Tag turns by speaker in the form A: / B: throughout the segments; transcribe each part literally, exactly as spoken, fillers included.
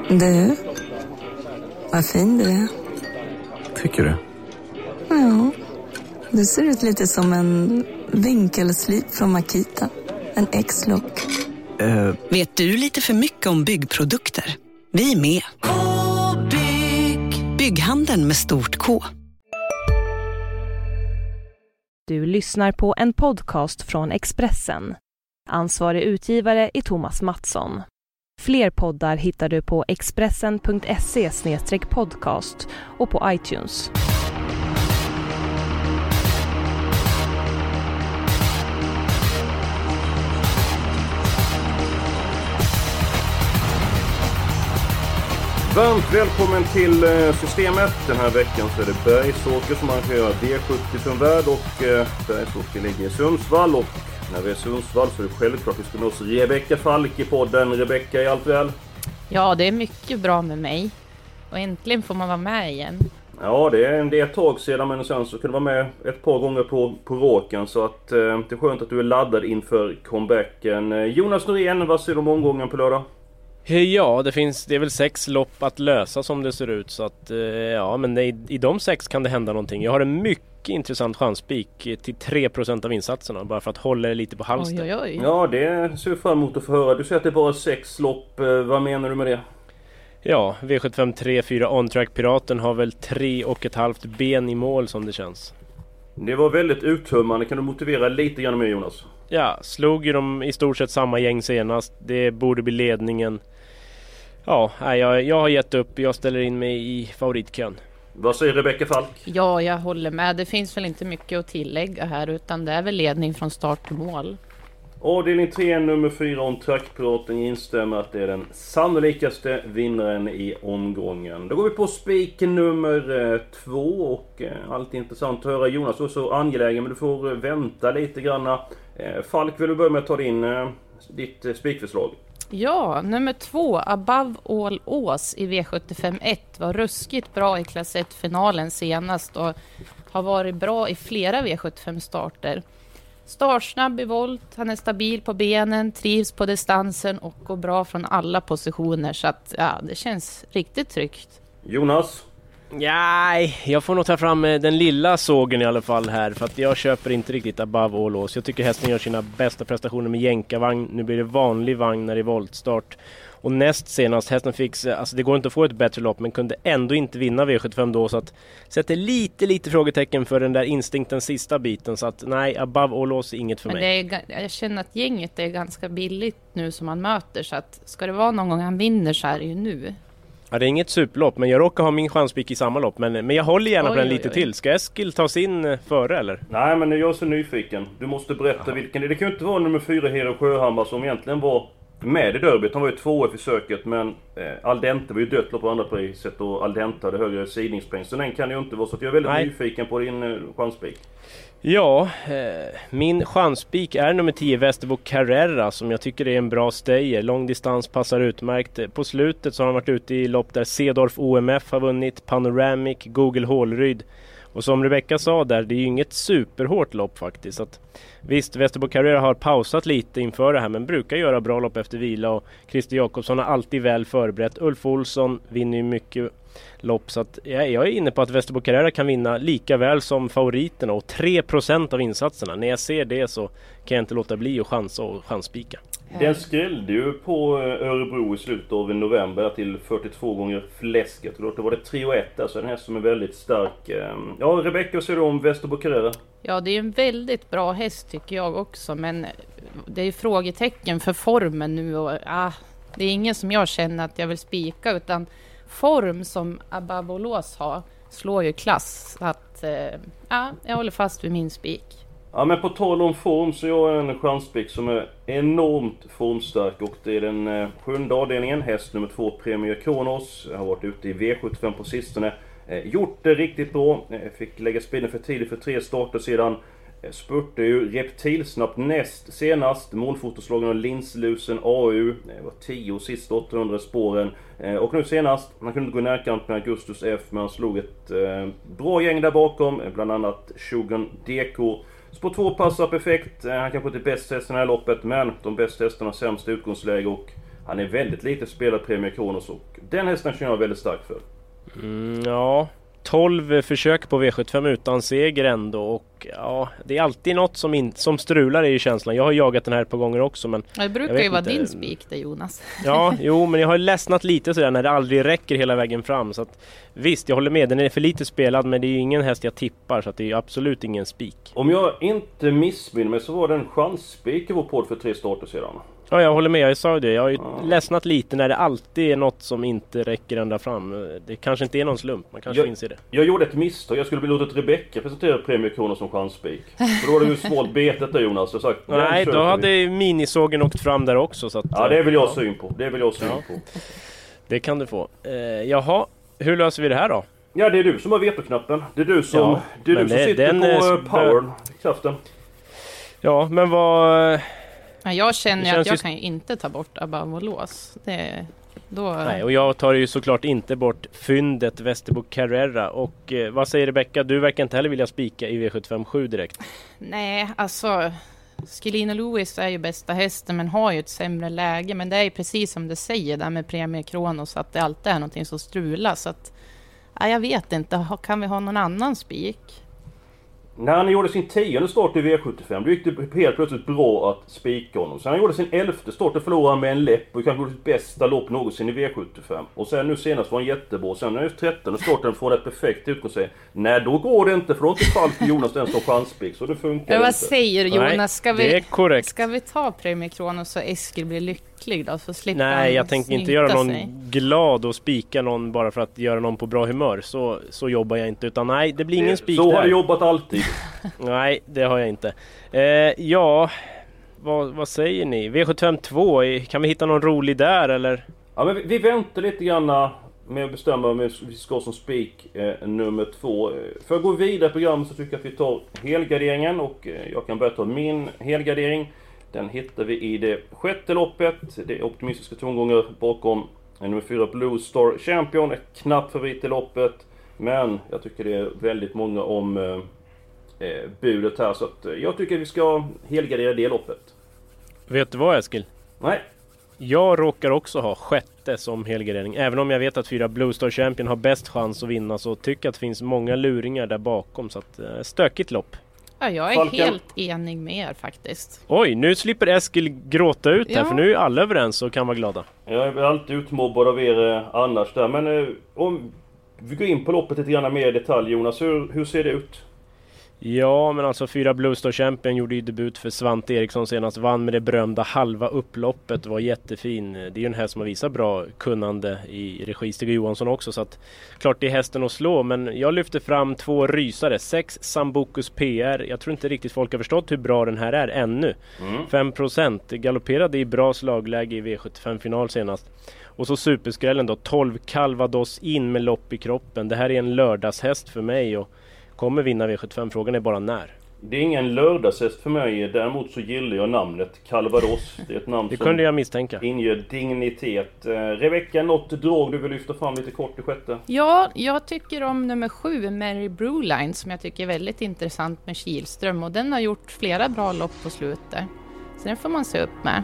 A: Du, vad fin du är.
B: Tycker du?
A: Ja, du ser ut lite som en vinkelslip från Makita. En X-look.
B: Uh.
C: Vet du lite för mycket om byggprodukter? Vi är med. K-bygg. Bygghandeln med stort K.
D: Du lyssnar på en podcast från Expressen. Ansvarig utgivare är Thomas Mattsson. Fler poddar hittar du på expressen punkt se slash podcast och på iTunes.
E: Varmt välkommen till Systemet. Den här veckan så är det Bergsåker som arrangerar V sjuttiofem-värld och Bergsåker ligger i Sundsvall. Och när vi är i Sundsvall så är det självklart vi ska nå oss Rebecka Falk i podden. Rebecka, är allt väl?
F: Ja, det är mycket bra med mig. Och äntligen får man vara med igen.
E: Ja, det är, det är ett tag sedan, men sen så kunde du vara med ett par gånger på, på råken. Så att, eh, det är skönt att du är laddad inför comebacken. Jonas Norén, vad säger du om omgången på lördag?
G: Ja, det finns det är väl sex lopp att lösa som det ser ut. Så att, eh, ja, men i, i de sex kan det hända någonting. Jag har en mycket intressant chanspik till tre procent av insatserna. Bara för att hålla det lite på halsen.
F: Oj, oj, oj.
E: Ja, det ser jag fram emot att få höra. Du säger att det är bara sex lopp. Vad menar du med det?
G: Ja, V sjuttiofem tre fyra On-Track Piraten har väl tre och ett halvt ben i mål som det känns. Det
E: var väldigt uttömmande. Kan du motivera lite grann med, Jonas?
G: Ja, slog ju de i stort sett samma gäng senast. Det borde bli ledningen. Ja, jag, jag har gett upp. Jag ställer in mig i favoritkön.
E: Vad säger Rebecka Falk?
F: Ja, jag håller med. Det finns väl inte mycket att tillägga här, utan det är väl ledning från start till mål.
E: Avdelning tre, nummer fyra, On-Track Piraten instämmer att det är den sannolikaste vinnaren i omgången. Då går vi på spik nummer eh, två och eh, allt intressant att höra. Jonas, du är så angelägen, men du får vänta lite grann. Eh, Falk, vill du börja med att ta din, eh, ditt eh, spikförslag?
F: Ja, nummer två, Above All Ås i V sjuttiofem ett var ruskigt bra i klass ett-finalen senast och har varit bra i flera V sjuttiofem-starter. Startsnabb i volt, han är stabil på benen, trivs på distansen och går bra från alla positioner, så att ja, det känns riktigt tryggt.
E: Jonas?
G: Nej, jag får nog ta fram den lilla sågen i alla fall här, för att jag köper inte riktigt Above All Ås. Jag tycker hästen gör sina bästa prestationer med jänkarvagn. Nu blir det vanlig vagn när det är voltstart. Och näst senast, hästen fick, alltså det går inte att få ett bättre lopp, men kunde ändå inte vinna V sjuttiofem då, så att sätter lite, lite frågetecken för den där instinkten sista biten, så att nej, Above All Ås är inget för
F: men
G: mig.
F: Det är, jag känner att gänget är ganska billigt nu som man möter, så att ska det vara någon gång han vinner så är det ju nu.
G: Ja, det är inget superlopp, men jag råkar ha min chanspik i samma lopp, men, men jag håller gärna
F: oj,
G: på den
F: oj,
G: lite
F: oj.
G: till. Ska Eskil ta sin före eller?
E: Nej, men jag är så nyfiken. Du måste berätta Aha. vilken. Det kan ju inte vara nummer fyra, Hero Sjöhammar, som egentligen var med i derbyt. Han var ju två i försöket, men eh, Aldente var ju dött på andra priset och Aldente hade högre sidningspoäng. Så den kan ju inte vara, så att jag är väldigt Nej. nyfiken på din eh, chanspik.
G: Ja, eh, min chanspik är nummer tio, Västerbo Carrera, som jag tycker är en bra stayer. Lång distans passar utmärkt. På slutet så har han varit ute i lopp där Cedorf O M F har vunnit, Panoramic, Google Hålryd. Och som Rebecka sa där, det är ju inget superhårt lopp faktiskt. Att, visst, Västerbo Carrera har pausat lite inför det här, men brukar göra bra lopp efter vila. Och Christer Jakobsson har alltid väl förberett. Ulf Olsson vinner ju mycket lopp, så att jag, jag är inne på att Västerbo Carrera kan vinna lika väl som favoriterna. Och tre procent av insatserna. När jag ser det så kan jag inte låta bli att chansa och chanspika.
E: Den skrällde ju på Örebro i slutet av november till fyrtiotvå gånger fläsket. Då var det tre och ett, alltså en häst som är väldigt stark. Ja, Rebecka, vad säger du om Västerbo Carrera?
F: Ja, det är en väldigt bra häst tycker jag också, men det är ju frågetecken för formen nu och ah, det är ingen som jag känner att jag vill spika, utan form som Above All Ås har slår ju klass, så att eh, ja, jag håller fast vid min spik.
E: Ja, men på tal om form så jag är en chanspik som är enormt formstark, och det är den eh, sjunde avdelningen, häst nummer två, Premier Kronos. Jag har varit ute i V sjuttiofem på sistone, eh, gjort det riktigt bra, eh, fick lägga spinnen för tidigt för tre starter sedan. eh, spurtade ju reptilsnabbt näst senast, målfotoslagen av Linslusen A U, eh, var tio sist åttahundra spåren, eh, och nu senast, han kunde gå närkant med Augustus F, men han slog ett eh, bra gäng där bakom, eh, bland annat Shogun D K. Spår två passar perfekt. Han kanske inte är bäst häst i det här loppet, men de bästa hästarna har sämst utgångsläge, och Han är väldigt lite spelad Premier Kronos och den hästen känner jag väldigt stark för.
G: Mm, ja, tolv försök på V sjuttiofem utan seger ändå och ja, det är alltid något som, in, som strular i känslan. Jag har jagat den här ett par gånger också, men
F: det brukar ju vara inte. Din spik det, Jonas.
G: Ja, jo, men jag har ledsnat lite sådär när det aldrig räcker hela vägen fram, så att visst, jag håller med, den är för lite spelad, men det är ju ingen häst jag tippar, så att det är ju absolut ingen spik.
E: Om jag inte missminner mig så var det en chansspik i vår podd för tre starter sedan.
G: Ja, jag håller med, jag sa det. Jag har ju
E: ja.
G: ledsnat lite när det alltid är något som inte räcker ända fram. Det kanske inte är någon slump, man kanske
E: jag,
G: inser det.
E: Jag gjorde ett misstag, jag skulle låtit Rebecca presentera Premier Kronos som chansspik. För då var det ju svårt betet där, Jonas. Jag sagt,
G: nej, då hade vi. minisågen åkt fram där också. Så att,
E: ja, det vill jag
G: ja.
E: syn på. Det vill jag syn
G: ja.
E: på.
G: Det kan du få. Eh, jaha, hur löser vi det här då?
E: Ja, det är du som har vetoknappen. Det är du som,
G: ja,
E: det är du som
G: det,
E: sitter
G: den
E: på
G: är
E: powern, kraften.
G: Ja, men vad...
F: Ja, jag känner att jag
G: just...
F: kan ju inte ta bort Above och lås. Det, då...
G: Nej, och jag tar ju såklart inte bort fyndet Västerbo Carrera. Och eh, vad säger Rebecca? Du verkar inte heller vilja spika i V sjuttiofem sju direkt.
F: Nej, alltså... Skellina Lewis är ju bästa hästen men har ju ett sämre läge. Men det är ju precis som det säger där med Premier Kronos, att det alltid är någonting som strular. Så att, ja, jag vet inte. Kan vi ha någon annan spik?
E: När han gjorde sin tionde start i V sjuttiofem, då gick det helt plötsligt bra att spika honom. Sen han gjorde sin elfte start och förlorade med en läpp och kanske gjorde sitt bästa lopp någonsin i V sjuttiofem. Och sen nu senast var han jättebra. Sen när han trettonde starten får ett perfekt utgång sig. Nej, då går det inte, för då inte fall för Jonas den som chanspik, så det funkar
F: ja, vad
E: inte.
F: säger Jonas? Ska
G: Nej, det är korrekt.
F: Vi, ska vi ta Premier Kronos så Eskil blir lycklig då? Så slipper
G: Nej, jag tänker inte göra någon
F: sig.
G: glad och spika någon bara för att göra någon på bra humör. Så, så jobbar jag inte, utan nej, det blir ingen spik
E: så
G: där.
E: har du jobbat alltid.
G: Nej, det har jag inte. Eh, ja, vad, vad säger ni? V sjuttiofem två, kan vi hitta någon rolig där eller?
E: Ja, men vi, vi väntar lite grann med att bestämma om vi ska som spik eh, nummer två. För att gå vidare i programmet så tycker jag att vi tar helgarderingen, och eh, jag kan börja ta min helgardering. Den hittar vi i det sjätte loppet. Det är optimistiska tongångar bakom nummer fyra Blue Star Champion, ett knapp favorit i loppet. Men jag tycker det är väldigt många om eh, eh, budet här, så att, eh, jag tycker vi ska helgardera det loppet.
G: Vet du vad, Eskil?
E: Nej.
G: Jag råkar också ha sjätte som helgardering. Även om jag vet att fyra Blue Star Champion har bäst chans att vinna, så tycker jag att det finns många luringar där bakom. Så att, eh, stökigt lopp.
F: Ja, jag är
E: Falken.
F: helt enig med er faktiskt.
G: Oj, nu slipper Eskil gråta ut här,
F: Ja.
G: för nu är alla överens och kan vara glada.
E: Jag är alltid utmobbad av er eh, annars där, men eh, om vi går in på loppet lite grann mer i detalj, Jonas, hur, hur ser det ut?
G: Ja, men alltså fyra Blue Star Champion gjorde ju debut för Svante Eriksson senast, vann med det berömda halva upploppet, var jättefin. Det är ju en häst som har visat bra kunnande i regi Stig Johansson också, så att klart det är hästen att slå, men jag lyfter fram två rysare, sex Sambucus P R. Jag tror inte riktigt folk har förstått hur bra den här är ännu.
E: Mm.
G: fem procent, galopperade i bra slagläge i V sjuttiofem-final senast. Och så superskrällen då, tolv Calvados in med lopp i kroppen. Det här är en lördagshäst för mig och kommer vinna V sjuttiofem, frågan är bara när.
E: Det är ingen lördagshäst för mig, däremot så gillar jag namnet Calvados. Det är ett namn
G: Det
E: som
G: kunde jag misstänka.
E: inger dignitet. Eh, Rebecca, något drag du vill lyfta fram lite kort i sjätte?
F: Ja, jag tycker om nummer sju, Mary Brewline, som jag tycker är väldigt intressant med Kihlström. Och den har gjort flera bra lopp på slutet. Så den får man se upp med.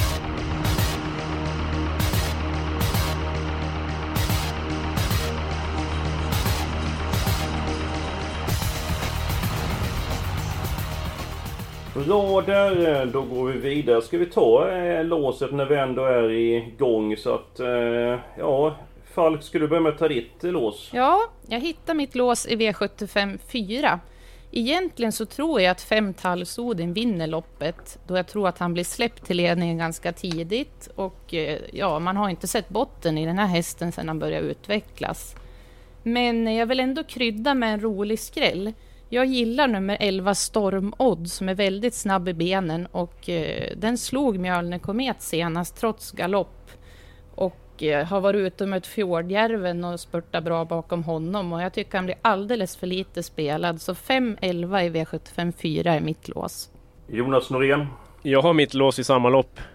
E: Bra där, då går vi vidare. Ska vi ta eh, låset när vi ändå är igång, så att eh, ja, Falk, skulle du börja med att ta ditt eh, lås?
F: Ja, jag hittar mitt lås i V sjuttiofem fyra. Egentligen så tror jag att fem Talsodin vinner loppet, då jag tror att han blir släppt till ledningen ganska tidigt. Och eh, ja, man har inte sett botten i den här hästen sedan han började utvecklas. Men jag vill ändå krydda med en rolig skräll. Jag gillar nummer elva Storm Odd som är väldigt snabb i benen, och eh, den slog Mjölne Komet senast trots galopp, och eh, har varit ute med ett Fjordjärven och spurtat bra bakom honom, och jag tycker han blir alldeles för lite spelad, så fem elva i V sjuttiofem fyra är mitt lås.
E: Jonas Norén?
G: Jag har mitt lås i samma lopp.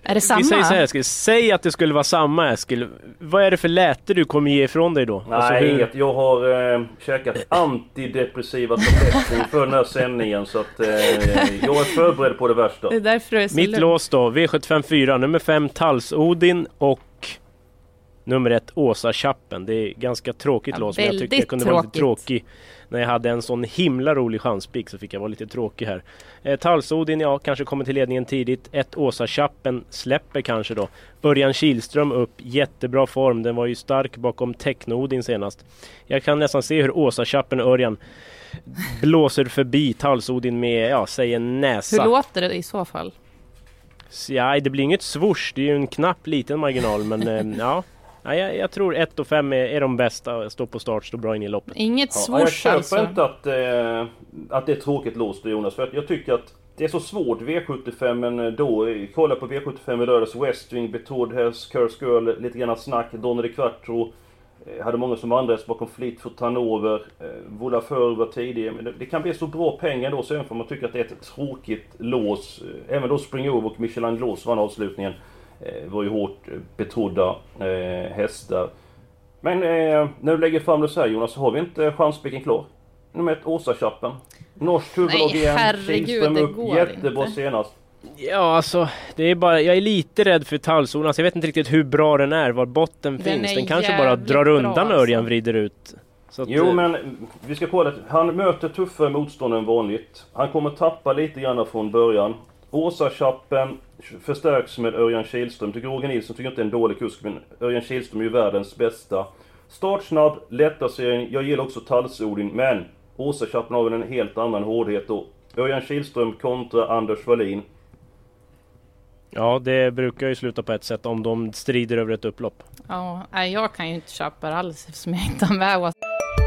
F: Är det samma?
G: Vi säger så här, Eskil. Säg att det skulle vara samma, Eskil. Vad är det för läte du kommer ge ifrån dig då?
E: Nej,
G: alltså, hur...
E: inget. Jag har eh, käkat antidepressiva tabletter för den här sändningen. Så att eh, jag är förberedd på det värsta.
F: Det är därför du är så
G: Mitt
F: lugn.
G: lås då, V sjuttiofem fyra, nummer fem Talsodin och nummer ett Åsa Chappen. Det är ganska tråkigt
F: Ja,
G: lås, men jag tyckte jag kunde
F: tråkigt.
G: vara lite tråkig. När jag hade en sån himla rolig chanspik så fick jag vara lite tråkig här. Eh, Talsodin, ja, kanske kommer till ledningen tidigt. Ett Åsa Chappen släpper kanske då. Örjan Kihlström upp, jättebra form. Den var ju stark bakom Technodin senast. Jag kan nästan se hur Åsa Chappen och Örjan blåser förbi Talsodin med, ja, säg en näsa.
F: Hur låter det i så fall?
G: Så, ja, det blir inget swoosh. Det är ju en knapp liten marginal, men eh, ja. Ja, jag, jag tror ett och fem är, är de bästa. Stå på start, stå bra in i loppet.
F: Inget
E: Ja,
F: swoosh
E: jag köper
F: alltså.
E: inte att, eh, att det är tråkigt låst, Jonas. För att jag tycker att det är så svårt V sjuttiofem, men då, kolla på V sjuttiofem i lördags. Westwing, Betord Häst, Curse Girl, lite grann snack. Donner de Quattro. Eh, hade många som andra bakom Fleet för Tanover. Eh, Vola för var tidigare. Men det, det kan bli så bra pengar då, så även om man tycker att det är ett tråkigt lås. Eh, även då Spring Over och Michelin Gloss vann avslutningen. Eh, var ju hårt betrodda eh, hästar. Men eh, när du lägger fram det så här, Jonas, så har vi inte chansspiken klar. Nummer ett Åsa Chappen. Norsk huvudlag
F: Nej,
E: igen.
F: herregud,
E: Kihlström
F: det
E: upp.
F: går
E: Jättebra
F: inte.
E: senast.
G: Ja, alltså, det är bara, jag är lite rädd för Talsodin. Alltså, jag vet inte riktigt hur bra den är, var botten
F: Den
G: finns.
F: är
G: Den kanske bara
F: jävligt
G: drar
F: bra,
G: undan
F: alltså.
G: Örjan, vrider ut. Så att,
E: Jo,
G: eh,
E: men vi ska kolla. Han möter tuffare motstånd än vanligt. Han kommer tappa lite grann från början. Åsa Chappen förstärks med Örjan Kihlström. Tycker Roger Nilsson tycker inte är en dålig kusk, men Örjan Kihlström är ju världens bästa. Startsnabb, lätta serien. Jag gillar också Talsodin, men Åsa Chappen har en helt annan hårdhet då. Örjan Kihlström kontra Anders Wallin.
G: Ja, det brukar ju sluta på ett sätt om de strider över ett upplopp.
F: Ja, nej, jag kan ju inte köpa det alls eftersom jag inte har med oss.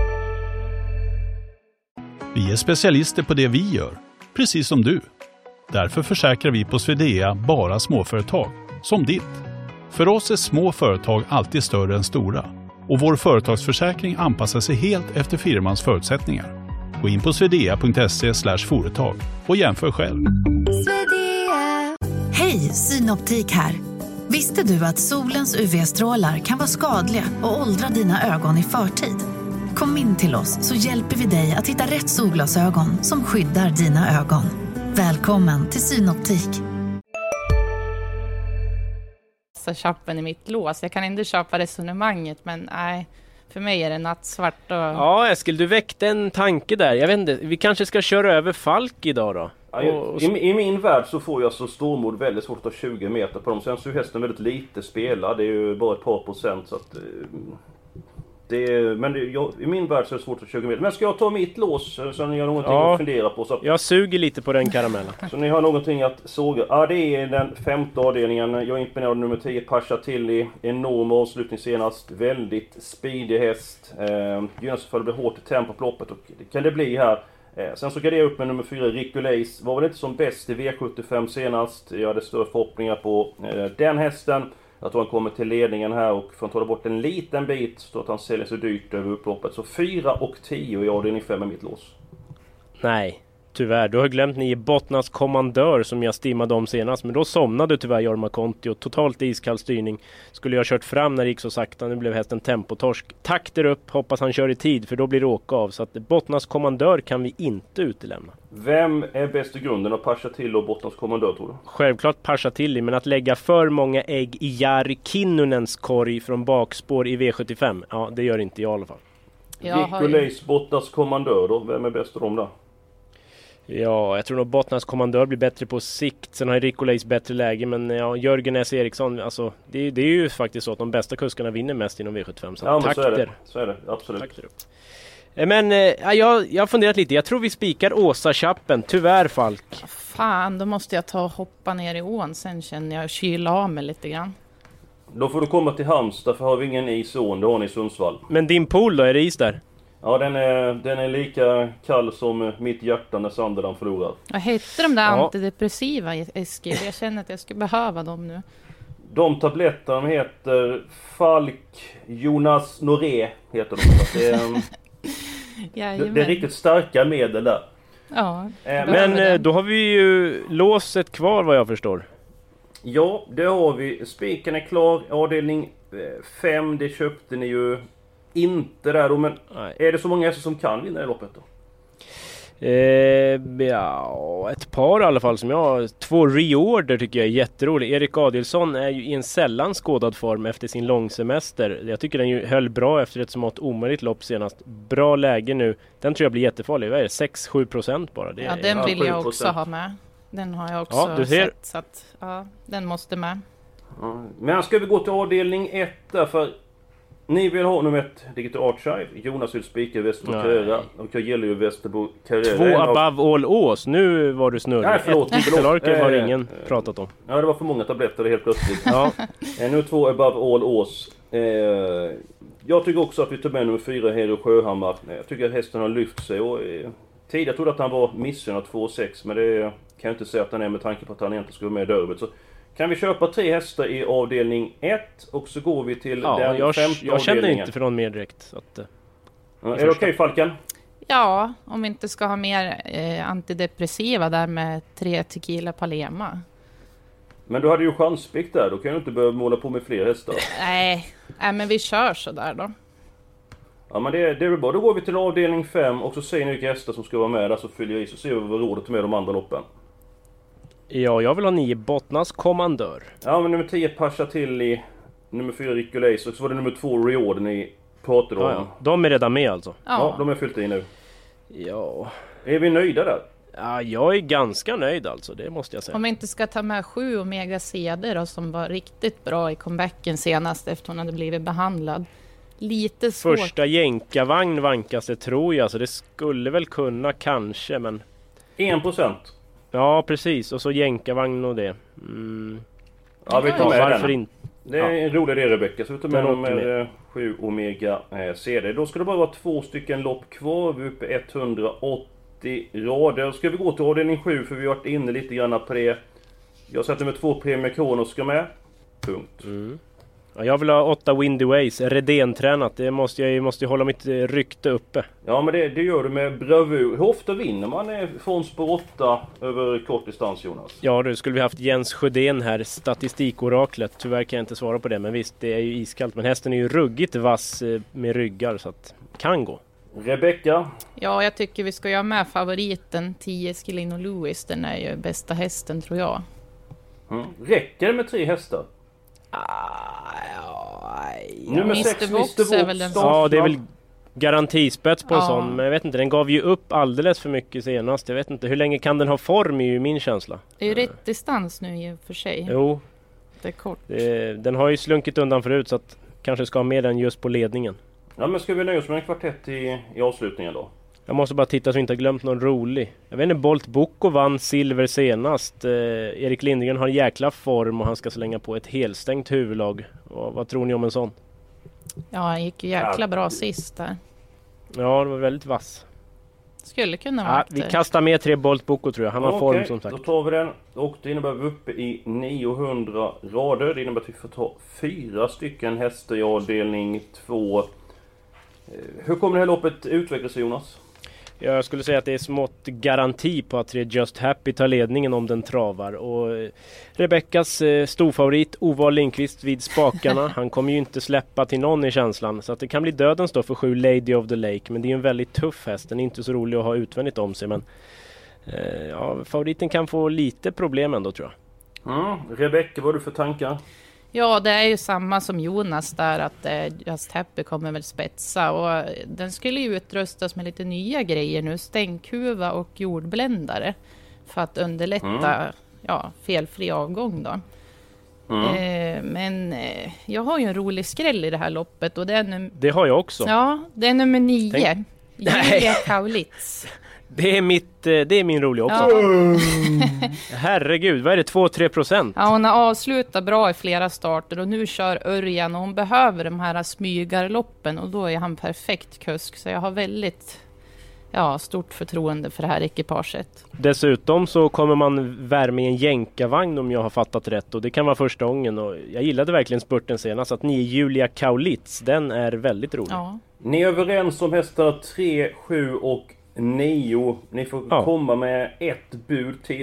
H: Vi är specialister på det vi gör, precis som du. Därför försäkrar vi på Swedea bara småföretag, som ditt. För oss är små företag alltid större än stora. Och vår företagsförsäkring anpassar sig helt efter firmans förutsättningar. Gå in på swedea punkt se slash företag och jämför själv.
I: Hej, Synoptik här. Visste du att solens U V-strålar kan vara skadliga och åldra dina ögon i förtid? Kom in till oss så hjälper vi dig att hitta rätt solglasögon som skyddar dina ögon. Välkommen till Synoptik.
F: Så chappen i mitt lås. Jag kan inte köpa resonemanget, men nej. För mig är det nattsvart och...
G: Ja, Eskil, du väckte en tanke där. Jag vet inte, vi kanske ska köra över Falk idag då?
E: Ja,
G: Och-
E: i, I min värld så får jag så stormod väldigt svårt att ta tjugo meter på dem. Sen så är hästen väldigt lite spelad. Det är ju bara ett par procent. Så att, eh, det är, men det, jag, i min värld så är det svårt att tjugo meter. Men ska jag ta mitt lås så ni har någonting
G: Ja.
E: att fundera på? Så att,
G: Jag suger lite på den karamellen.
E: så ni har någonting att såga. Ja, det är den femte avdelningen. Jag är imponerad av nummer tio, Pasha Tilly. Enorm avslutning senast. Väldigt speedig häst. Eh, Gynnas för att det blir hårt i tempo på loppet. Och det kan det bli här. Eh, sen så går det upp med nummer fyra, Rico Lace. Var väl inte som bäst i V sjuttiofem senast. Jag hade större förhoppningar på eh, den hästen. Jag tror han kommer till ledningen här och får han ta bort en liten bit så att han säljer sig dyrt över upploppet. Så fyra och tio i avdelning fem är mitt lås.
G: Nej, tyvärr. Du har glömt nio Bottnas kommandör som jag stimmade om senast. Men då somnade tyvärr Jorma Konti och totalt iskall styrning. Skulle jag ha kört fram när det gick så sakta. Nu blev hästen tempotorsk. Takter upp, hoppas han kör i tid för då blir det åka av. Så att Bottnas kommandör kan vi inte utelämna.
E: Vem är bäst i grunden av Pasha Tilly och Bottnas kommandör, tror du?
G: Självklart Pasha Tilly, men att lägga för många ägg i Jari Kinnunens korg från bakspår i V sjuttiofem, ja, det gör inte jag i alla fall.
F: Jag har
E: Rico
F: ju-
E: Lace, Bottnas kommandör då? Vem är bäst av dem där?
G: Ja, jag tror nog Bottnas kommandör blir bättre på sikt. Sen har Rico Lace bättre läge, men ja, Jörgen S. Eriksson, alltså, det, det är ju faktiskt så att de bästa kuskarna vinner mest inom V sjuttiofem. Så
E: Ja, men
G: takter.
E: så är det. Så är det, absolut.
G: Takter upp. Eh, Men eh, ja, jag, jag har funderat lite. Jag tror vi spikar Åsa Chappen. Tyvärr, Falk.
F: Fan, då måste jag ta och hoppa ner i ån. Sen känner jag kyla av mig lite grann.
E: Då får du komma till Halmstad, för har vi ingen is i ån, det har ni i Sundsvall.
G: Men din pool då, är det is där?
E: Ja, den är, den är lika kall som mitt hjärta när Sanderland förlorar.
F: Vad hette de där
G: Ja.
F: antidepressiva, Eskil? Jag känner att jag skulle behöva dem nu.
E: De tabletterna heter Falk Jonas Noré, heter de. Så det, är, det,
F: Jajamän.
E: det är riktigt starka medel där.
F: Ja,
E: Eh,
F: jag
G: Men
F: behöver
G: eh,
F: den.
G: då har vi ju låset kvar vad jag förstår.
E: Ja, det har vi. Spiken är klar. Avdelning fem, det köpte ni ju inte där då. Men Nej. Är det så många hästar som kan vinna i loppet då?
G: Eh, ja, ett par i alla fall som jag har. Två reorder tycker jag är jätterolig. Erik Adielsson är ju i en sällan skådad form efter sin långsemester. Jag tycker den ju höll bra efter ett smått omöjligt lopp senast. Bra läge nu. Den tror jag blir jättefarlig. Vad är det? sex till sju procent bara. Det
F: ja,
G: är,
F: den vill ja, jag också ha med. Den har jag också ja, du ser. sett. Så att, ja, den måste med.
E: Ja, men ska vi gå till avdelning ett där, för ni vill ha nummer ett Digital Archive. Jonas vill spika Västerbo Carrera. Och jag gillar ju Västerbo Carrera.
G: Två above all ås. Nu var du snurrig.
E: Nej, förlåt.
G: Pixelarken har ingen äh, pratat om.
E: Ja, det var för många tabletter helt plötsligt. Ja. Nu två above all ås. Eh, jag tycker också att vi tar med nummer fyra Hero Sjöhammar. Jag tycker att hästen har lyft sig. Och, eh, tidigare trodde att han var missgynnad två sex. Men det kan jag inte säga att han är med tanke på att han inte skulle vara med i derbyt. Så kan vi köpa tre hästar i avdelning ett och så går vi till
G: ja,
E: den
G: jag,
E: femte
G: jag känner
E: avdelningen.
G: Inte för någon mer direkt. Så att,
E: ja, är det okej okay, Falken?
F: Ja, om vi inte ska ha mer eh, antidepressiva där med tre tequila Palema.
E: Men du hade ju chanspik där, då kan du inte behöva måla på med fler hästar.
F: Nej, nej men vi kör så där då.
E: Ja, men det, det är bra. Då går vi till avdelning fem och så säger ni vilka hästar som ska vara med där, så fyller jag i så ser vi vad rådet med de andra loppen.
G: Ja, jag vill ha nio Bottnas kommandör.
E: Ja, men nummer tio Pasha till i nummer fyra Rico Lace och så var det nummer två Riordan ni pratade om. Ja, ja.
G: De är redan med alltså.
E: Ja. ja, de är fyllt i nu.
G: Ja.
E: Är vi nöjda där?
G: Ja, jag är ganska nöjd alltså, det måste jag säga.
F: Om vi inte ska ta med sju Omega C D då, som var riktigt bra i comebacken senast efter hon hade blivit behandlad. Lite svårt.
G: Första jänkarvagn vankas det tror jag, så det skulle väl kunna kanske, men...
E: en procent.
G: Ja, precis. Och så jänkarvagn och det. Mm.
E: Ja, vi tar med
G: Varför
E: den.
G: inte?
E: Det är en rolig idé, Rebecka. Så vi tar med nummer sju Omega eh, C D. Då ska det bara vara två stycken lopp kvar. Vi är uppe etthundraåttio rader. Ska vi gå till avdelning sju, för vi har varit inne lite grann på det. Jag sätter med två Premier Kronos ska med. Punkt.
G: Mm. Ja, jag vill ha åtta Windy Ways. Redén-tränat. Det måste jag, jag måste hålla mitt rykte uppe.
E: Ja, men det, det gör du med bravur. Hur ofta vinner man från spår åtta över kort distans, Jonas?
G: Ja, då skulle vi haft Jens Sjödén här, statistikoraklet. Tyvärr kan jag inte svara på det, men visst, det är ju iskallt. Men hästen är ju ruggigt vass med ryggar, så att kan gå.
E: Rebecka?
F: Ja, jag tycker vi ska göra med favoriten tio Skillino Lewis. Den är ju bästa hästen, tror jag.
E: Mm. Räcker det med tre hästar?
G: Ah, ja,
E: nummer sex, Mister
F: är väl den
G: som... Ja, det är väl garantispets på en
F: ja.
G: sån. Men jag vet inte, den gav ju upp alldeles för mycket senast. Jag vet inte, hur länge kan den ha form, är ju min känsla.
F: Det är ju rätt distans nu i och för sig.
G: Jo.
F: Det är kort.
G: Det, den har ju slunkit undan förut, så att kanske ska ha med den just på ledningen.
E: Ja, men ska vi nöja oss med en kvartett i, i avslutningen då?
G: Jag måste bara titta så vi inte har glömt någon rolig. Jag vet inte, Bolt Boko vann silver senast. Eh, Erik Lindgren har en jäkla form och han ska slänga på ett helstängt huvudlag. Och, vad tror ni om en sån?
F: Ja, han gick ju jäkla bra sist där.
G: Ja, det var väldigt vass.
F: Skulle kunna vara.
G: Ja, vi kastar med tre Bolt Boko tror jag. Han har
E: Okej,
G: form som sagt.
E: Då tar vi den. Och det innebär att vi är uppe i niohundra rader. Det innebär att vi får ta fyra stycken hästar i avdelning två. Hur kommer det här loppet utvecklas, Jonas?
G: Jag skulle säga att det är smått garanti på att tre Just Happy tar ledningen om den travar. Och Rebeckas eh, storfavorit Oval Lindqvist vid spakarna. Han kommer ju inte släppa till någon i känslan. Så att det kan bli dödens då för sju Lady of the Lake. Men det är en väldigt tuff häst. Den är inte så rolig att ha utvändigt om sig. Men eh, ja, favoriten kan få lite problem ändå tror jag.
E: Mm. Rebecka, vad har du för tankar?
F: Ja, det är ju samma som Jonas där, att eh, Just Happy kommer väl spetsa, och den skulle ju utrustas med lite nya grejer nu, stänkhuva och jordbländare för att underlätta mm. ja, felfri avgång då. Mm. Eh, men eh, jag har ju en rolig skräll i det här loppet, och det är num-
G: Det har jag också.
F: Ja, det är nummer nio.
G: Tänk...
F: Julia Kaulitz.
G: Det är, mitt, det är min roliga också.
F: Ja.
G: Herregud, vad är det? två till tre procent?
F: Ja, hon har avslutat bra i flera starter och nu kör Örjan, och hon behöver de här smygarloppen, och då är han perfekt kusk. Så jag har väldigt ja, stort förtroende för det här ekipaget.
G: Dessutom så kommer man värma i en jänkarvagn om jag har fattat rätt, och det kan vara första gången, och jag gillade verkligen spurten senast, att ni Julia Kaulitz, den är väldigt rolig.
F: Ja.
E: Ni är överens om hästar tre, sju och nio. Ni får ja. komma med ett bud till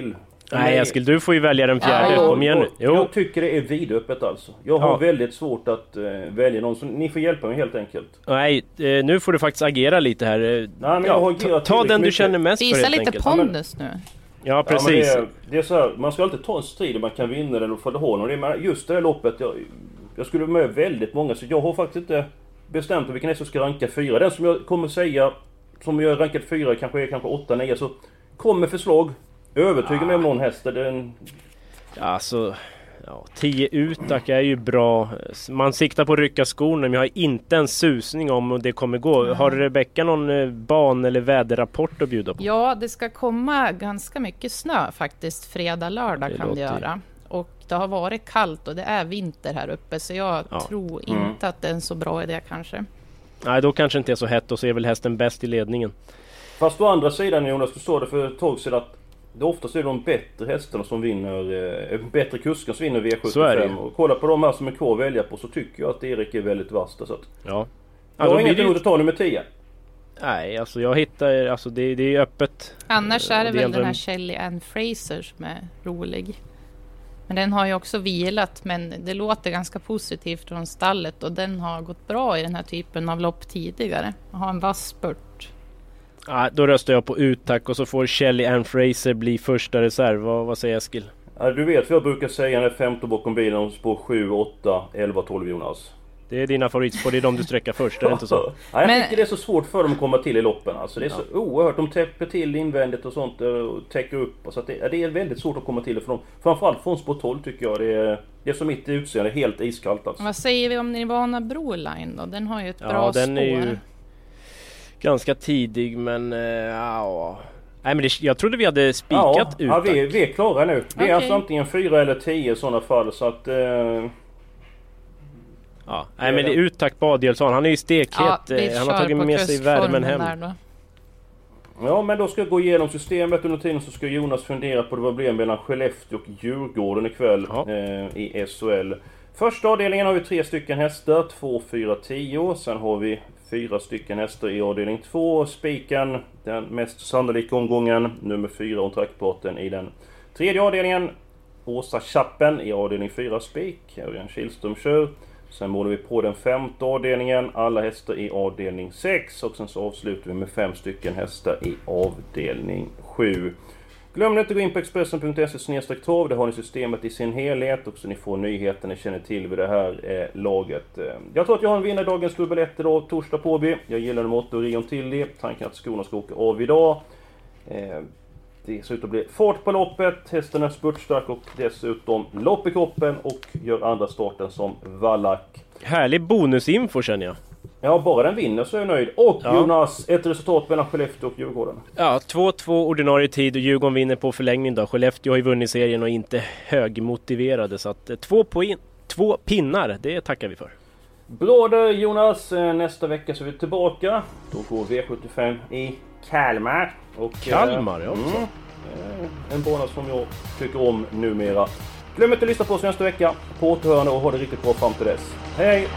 G: Nej, Eskil, du får ju välja den fjärde.
E: Ja,
G: Kom igen nu. Jo.
E: Jag tycker det är vidöppet alltså. Jag har ja. väldigt svårt att uh, välja någon, så ni får hjälpa mig helt enkelt.
G: Nej, uh, nu får du faktiskt agera lite här. Nej,
E: men jag har
G: ta ta den du känner mest
F: Visa
G: för helt
F: lite
G: enkelt.
F: pondus nu.
G: Ja, precis.
E: Ja, det, är, det är så här, man ska alltid ta en strid och man kan vinna den och få det hålla. Men just det här loppet, jag, jag skulle med väldigt många, så jag har faktiskt inte bestämt vilken häst jag ska ranka fyra. Den som jag kommer säga, som jag rankat fyra, kanske är kanske åtta, nio, så kommer förslag. Övertyga mig om någon häst. Den...
G: Ja, alltså, ja, tio Utak är ju bra. Man siktar på att rycka skorna, men jag har inte en susning om hur det kommer gå. Mm. Har Rebecka någon ban- eller väderrapport att bjuda på?
F: Ja, det ska komma ganska mycket snö faktiskt. Fredag, lördag det kan det göra. Och det har varit kallt och det är vinter här uppe, så jag ja. tror inte mm. att det är en så bra idé kanske.
G: Nej, då kanske inte är så hett, och så är väl hästen bäst i ledningen.
E: Fast å andra sidan, Jonas, du sa det för ett tag sedan att det oftast är de bättre hästarna som vinner, eh, bättre kuskar som vinner V sjuttiofem. Och kolla på de här som är kvar att välja på, så tycker jag att Erik är väldigt vass. Så att
G: ja.
E: Jag har inget emot att ta nummer tio.
G: Nej, alltså jag hittar, alltså det, det är öppet.
F: Annars är det, det väl den här Shelly Ann Fraser som är rolig. Men den har ju också vilat, men det låter ganska positivt från stallet, och den har gått bra i den här typen av lopp tidigare. Och har en vass spurt.
G: Ja, då röstar jag på Utak, och så får Shelly Ann Fraser bli första reserv. Vad, vad säger Eskil?
E: Ja, du vet vad jag brukar säga när femton bakom bilen på sju, åtta, elva, tolv, Jonas.
G: Det är dina favoritspår, det är de du sträcker först, är det inte så?
E: Ja, jag men... tycker det är så svårt för dem att komma till i loppen. Alltså, det är så ja. oerhört, de täpper till invändigt och sånt och täcker upp. Så att det, det är väldigt svårt att komma till för dem. Framförallt från spår tolv tycker jag. Det är, det är som mitt utseende, helt iskallt. Alltså.
F: Vad säger vi om Nirvana Broline då? Den har ju ett
G: ja,
F: bra spår.
G: Ja, den är ju ganska tidig, men uh, ja... Nej, men det, jag trodde vi hade spikat ja, ut.
E: Ja, vi, vi är klara nu. Det okay. är alltså antingen fyra eller tio i sådana fall, så att... Uh...
G: Ja, nej, men det är Utak Badielsson. Han är ju stekhet. Ja, han har tagit med sig värmen hem.
E: Ja, men då ska jag gå igenom systemet. Under tiden så ska Jonas fundera på vad det blir mellan Skellefteå och Djurgården ikväll ja. eh, i S H L. Första avdelningen har vi tre stycken hästar. två, fyra, tio. Sen har vi fyra stycken hästar i avdelning två. Spiken, den mest sannolika omgången. Nummer fyra och trackparten i den tredje avdelningen. Åsa Chappen i avdelning fyra spik. Örjan Kihlström kör. Sen målar vi på den femte avdelningen, alla hästar i avdelning sex, och sen så avslutar vi med fem stycken hästar i avdelning sju. Glöm inte att gå in på expressen punkt se snedstreck trav, där har ni systemet i sin helhet, och så ni får nyheter, ni känner till vid det här eh, laget. Jag tror att jag har en vinnare i dagens dubbel ett idag, torsdag på Åby. Jag gillar nummer åtta, Rion Tilly, tanken att skorna ska åka av idag. Eh, Det ser ut att bli fart på loppet, hästen är spurtstark och dessutom lopp i kroppen och gör andra starten som vallack.
G: Härlig bonusinfo känner jag.
E: Ja, bara den vinner så är jag nöjd. Och ja. Jonas, ett resultat mellan Skellefteå och Djurgården.
G: Ja, två två ordinarie tid och Djurgården vinner på förlängning då. Skellefteå har ju vunnit serien och inte högmotiverade, så att två, poäng, två pinnar, det tackar vi för.
E: Bra där Jonas, nästa vecka så är vi tillbaka. Då går V sjuttiofem i Kalmar. Och,
G: Kalmar, ja. Mm,
E: en bana som jag tycker om numera. Glöm inte att lyssna på oss nästa vecka. På återhörande och ha det riktigt bra fram till dess. Hej!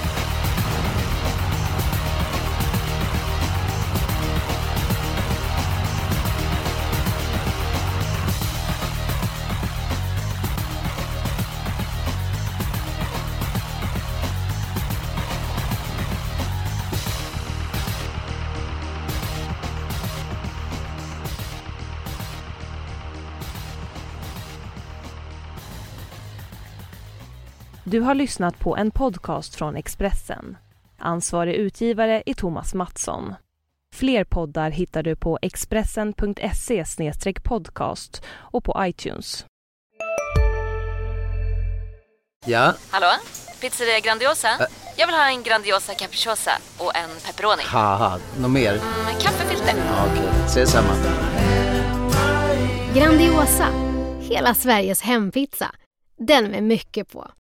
D: Du har lyssnat på en podcast från Expressen. Ansvarig utgivare är Thomas Mattsson. Fler poddar hittar du på expressen punkt se snedstreck podcast och på iTunes.
J: Ja?
K: Hallå? Pizzeria Grandiosa? Ä Jag vill ha en Grandiosa capriciosa och en pepperoni.
J: Haha, något mer?
K: Mm, kaffefilter.
J: Ja, okej, okay. Ses samma.
L: Grandiosa, hela Sveriges hempizza. Den med mycket på.